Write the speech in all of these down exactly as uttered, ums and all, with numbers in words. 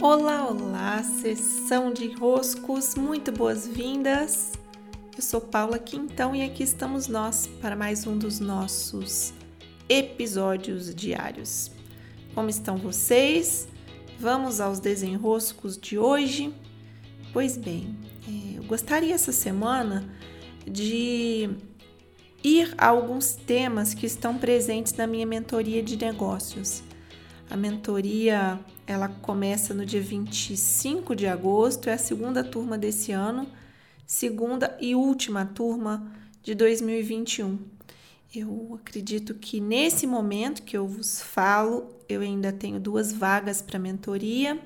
Olá, olá, sessão de enroscos, muito boas-vindas. Eu sou Paula Quintão e aqui estamos nós para mais um dos nossos episódios diários. Como estão vocês? Vamos aos desenroscos de hoje? Pois bem, eu gostaria essa semana de ir a alguns temas que estão presentes na minha mentoria de negócios. A mentoria, ela começa no dia vinte e cinco de agosto, é a segunda turma desse ano, segunda e última turma de dois mil e vinte e um. Eu acredito que nesse momento que eu vos falo, eu ainda tenho duas vagas para mentoria,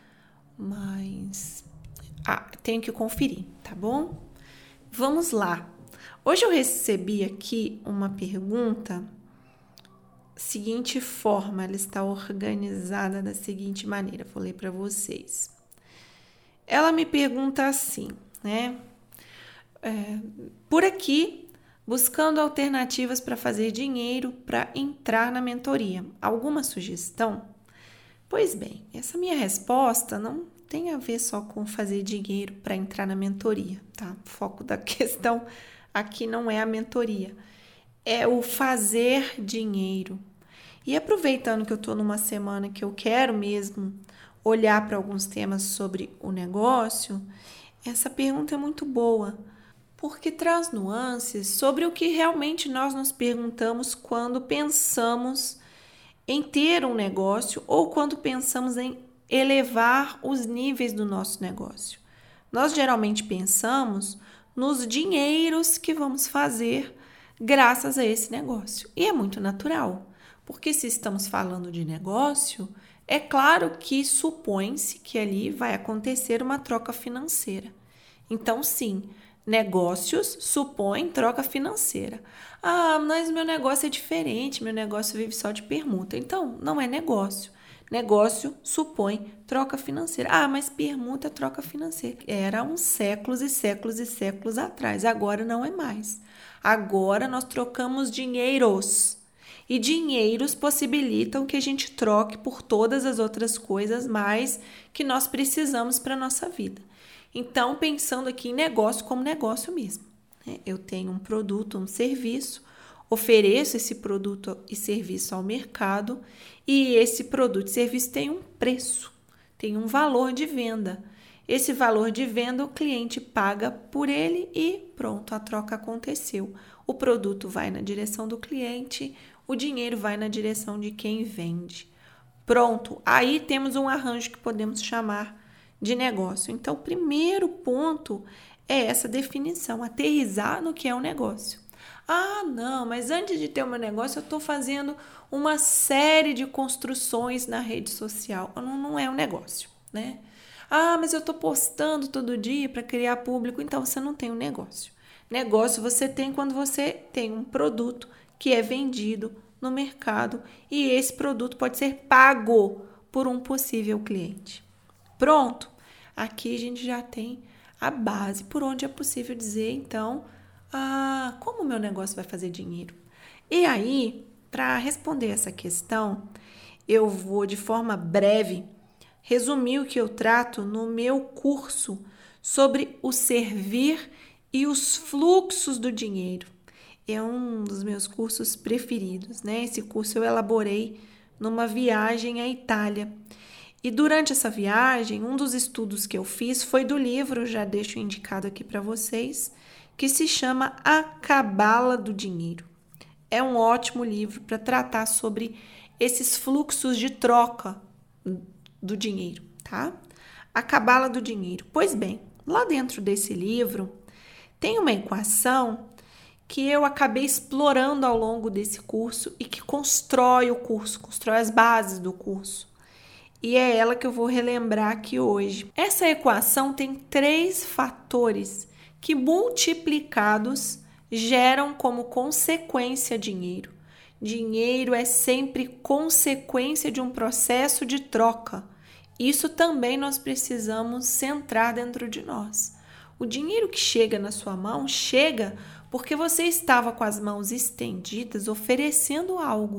mas ah, tenho que conferir, tá bom? Vamos lá. Hoje eu recebi aqui uma pergunta seguinte forma, ela está organizada da seguinte maneira, vou ler para vocês. Ela me pergunta assim, né? É, por aqui, buscando alternativas para fazer dinheiro para entrar na mentoria. Alguma sugestão? Pois bem, essa minha resposta não tem a ver só com fazer dinheiro para entrar na mentoria, tá? O foco da questão aqui não é a mentoria, é o fazer dinheiro. E aproveitando que eu estou numa semana que eu quero mesmo olhar para alguns temas sobre o negócio, essa pergunta é muito boa, porque traz nuances sobre o que realmente nós nos perguntamos quando pensamos em ter um negócio ou quando pensamos em elevar os níveis do nosso negócio. Nós geralmente pensamos nos dinheiros que vamos fazer graças a esse negócio. E é muito natural. Porque se estamos falando de negócio, é claro que supõe-se que ali vai acontecer uma troca financeira. Então, sim, negócios supõem troca financeira. Ah, mas meu negócio é diferente, meu negócio vive só de permuta. Então, não é negócio. Negócio supõe troca financeira. Ah, mas permuta é troca financeira. Era uns séculos e séculos e séculos atrás. Agora não é mais. Agora nós trocamos dinheiros. E dinheiros possibilitam que a gente troque por todas as outras coisas mais que nós precisamos para a nossa vida. Então, pensando aqui em negócio como negócio mesmo. Né? Eu tenho um produto, um serviço, ofereço esse produto e serviço ao mercado e esse produto e serviço tem um preço, tem um valor de venda. Esse valor de venda o cliente paga por ele e pronto, a troca aconteceu. O produto vai na direção do cliente, o dinheiro vai na direção de quem vende. Pronto, aí temos um arranjo que podemos chamar de negócio. Então, o primeiro ponto é essa definição, aterrissar no que é um negócio. Ah, não, mas antes de ter o meu negócio, eu estou fazendo uma série de construções na rede social. Não, não é um negócio, né? Ah, mas eu estou postando todo dia para criar público, então você não tem um negócio. Negócio você tem quando você tem um produto que é vendido no mercado e esse produto pode ser pago por um possível cliente. Pronto, aqui a gente já tem a base por onde é possível dizer, então, ah, como o meu negócio vai fazer dinheiro? E aí, para responder essa questão, eu vou de forma breve resumir o que eu trato no meu curso sobre o servir e os fluxos do dinheiro. É um dos meus cursos preferidos, né? Esse curso eu elaborei numa viagem à Itália. E durante essa viagem, um dos estudos que eu fiz foi do livro, já deixo indicado aqui para vocês, que se chama A Cabala do Dinheiro. É um ótimo livro para tratar sobre esses fluxos de troca do dinheiro, tá? A Cabala do Dinheiro. Pois bem, lá dentro desse livro tem uma equação que eu acabei explorando ao longo desse curso e que constrói o curso, constrói as bases do curso. E é ela que eu vou relembrar aqui hoje. Essa equação tem três fatores que, multiplicados, geram como consequência dinheiro. Dinheiro é sempre consequência de um processo de troca. Isso também nós precisamos centrar dentro de nós. O dinheiro que chega na sua mão chega porque você estava com as mãos estendidas oferecendo algo.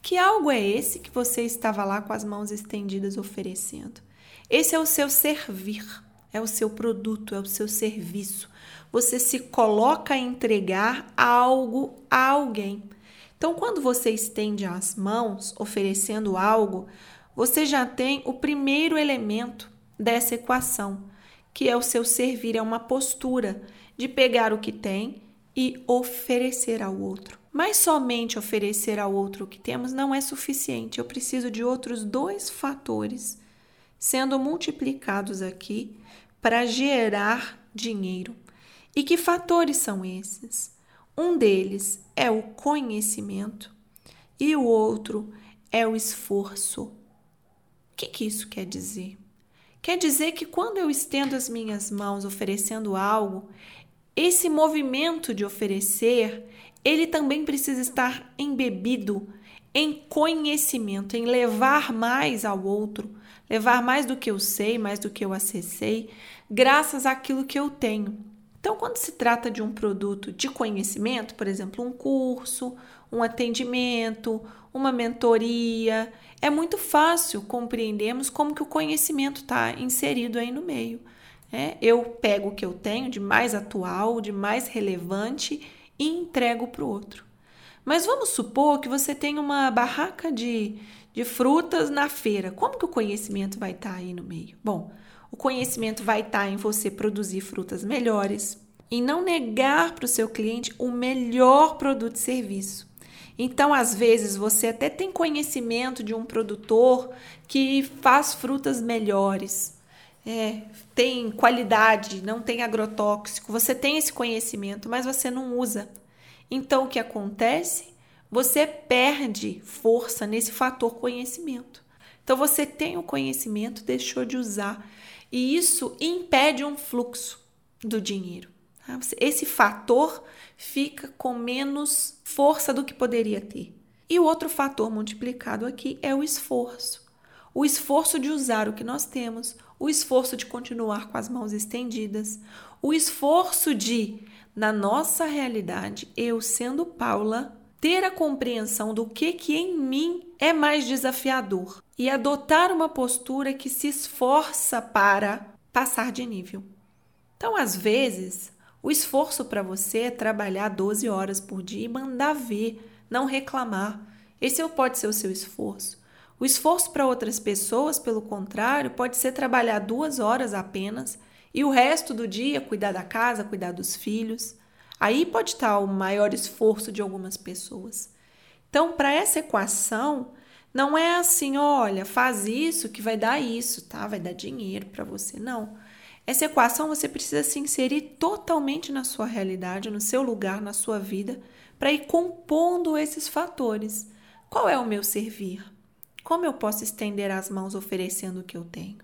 Que algo é esse que você estava lá com as mãos estendidas oferecendo? Esse é o seu servir, é o seu produto, é o seu serviço. Você se coloca a entregar algo a alguém. Então, quando você estende as mãos oferecendo algo, você já tem o primeiro elemento dessa equação, que é o seu servir, é uma postura de pegar o que tem e oferecer ao outro. Mas somente oferecer ao outro o que temos não é suficiente. Eu preciso de outros dois fatores sendo multiplicados aqui para gerar dinheiro. E que fatores são esses? Um deles é o conhecimento e o outro é o esforço. O que, que isso quer dizer? Quer dizer que quando eu estendo as minhas mãos oferecendo algo, esse movimento de oferecer, ele também precisa estar embebido em conhecimento, em levar mais ao outro, levar mais do que eu sei, mais do que eu acessei, graças àquilo que eu tenho. Então, quando se trata de um produto de conhecimento, por exemplo, um curso, um atendimento, uma mentoria, é muito fácil compreendermos como que o conhecimento está inserido aí no meio. É, eu pego o que eu tenho de mais atual, de mais relevante e entrego para o outro. Mas vamos supor que você tem uma barraca de, de frutas na feira. Como que o conhecimento vai estar aí no meio? Bom, o conhecimento vai estar em você produzir frutas melhores, em não negar para o seu cliente o melhor produto e serviço. Então, às vezes, você até tem conhecimento de um produtor que faz frutas melhores, é, tem qualidade, não tem agrotóxico, você tem esse conhecimento, mas você não usa. Então, o que acontece? Você perde força nesse fator conhecimento. Então, você tem o conhecimento, deixou de usar. E isso impede um fluxo do dinheiro. Esse fator fica com menos força do que poderia ter. E o outro fator multiplicado aqui é o esforço. O esforço de usar o que nós temos, o esforço de continuar com as mãos estendidas, o esforço de, na nossa realidade, eu sendo Paula, ter a compreensão do que, que em mim é mais desafiador e adotar uma postura que se esforça para passar de nível. Então, às vezes, o esforço para você é trabalhar doze horas por dia e mandar ver, não reclamar. Esse pode ser o seu esforço. O esforço para outras pessoas, pelo contrário, pode ser trabalhar duas horas apenas e o resto do dia cuidar da casa, cuidar dos filhos. Aí pode estar o maior esforço de algumas pessoas. Então, para essa equação, não é assim, olha, faz isso que vai dar isso, tá? Vai dar dinheiro para você. Não. Essa equação você precisa se inserir totalmente na sua realidade, no seu lugar, na sua vida, para ir compondo esses fatores. Qual é o meu servir? Como eu posso estender as mãos oferecendo o que eu tenho?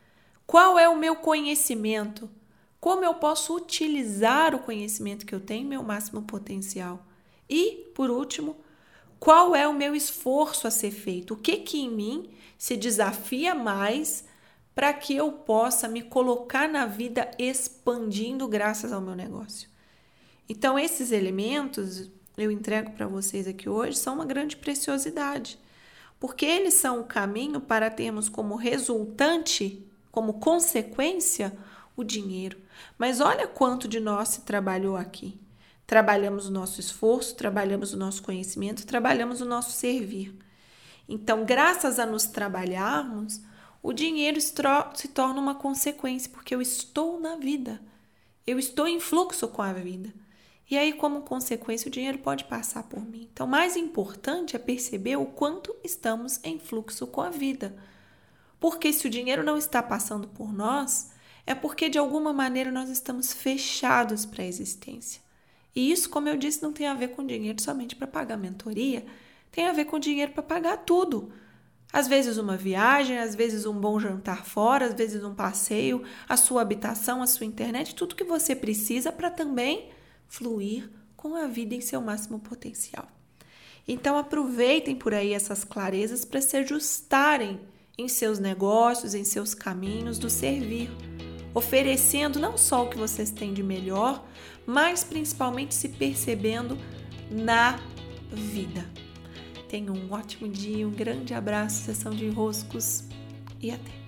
Qual é o meu conhecimento? Como eu posso utilizar o conhecimento que eu tenho em meu máximo potencial? E, por último, qual é o meu esforço a ser feito? O que que em mim se desafia mais para que eu possa me colocar na vida expandindo graças ao meu negócio? Então, esses elementos eu entrego para vocês aqui hoje são uma grande preciosidade, porque eles são o caminho para termos como resultante, como consequência, o dinheiro. Mas olha quanto de nós se trabalhou aqui. Trabalhamos o nosso esforço, trabalhamos o nosso conhecimento, trabalhamos o nosso servir. Então, graças a nos trabalharmos, o dinheiro se torna uma consequência, porque eu estou na vida. Eu estou em fluxo com a vida. E aí, como consequência, o dinheiro pode passar por mim. Então, o mais importante é perceber o quanto estamos em fluxo com a vida. Porque se o dinheiro não está passando por nós, é porque, de alguma maneira, nós estamos fechados para a existência. E isso, como eu disse, não tem a ver com dinheiro somente para pagar mentoria, tem a ver com dinheiro para pagar tudo. Às vezes uma viagem, às vezes um bom jantar fora, às vezes um passeio, a sua habitação, a sua internet, tudo que você precisa para também fluir com a vida em seu máximo potencial. Então, aproveitem por aí essas clarezas para se ajustarem em seus negócios, em seus caminhos do servir, oferecendo não só o que vocês têm de melhor, mas principalmente se percebendo na vida. Tenha um ótimo dia, um grande abraço, sessão de enroscos e até!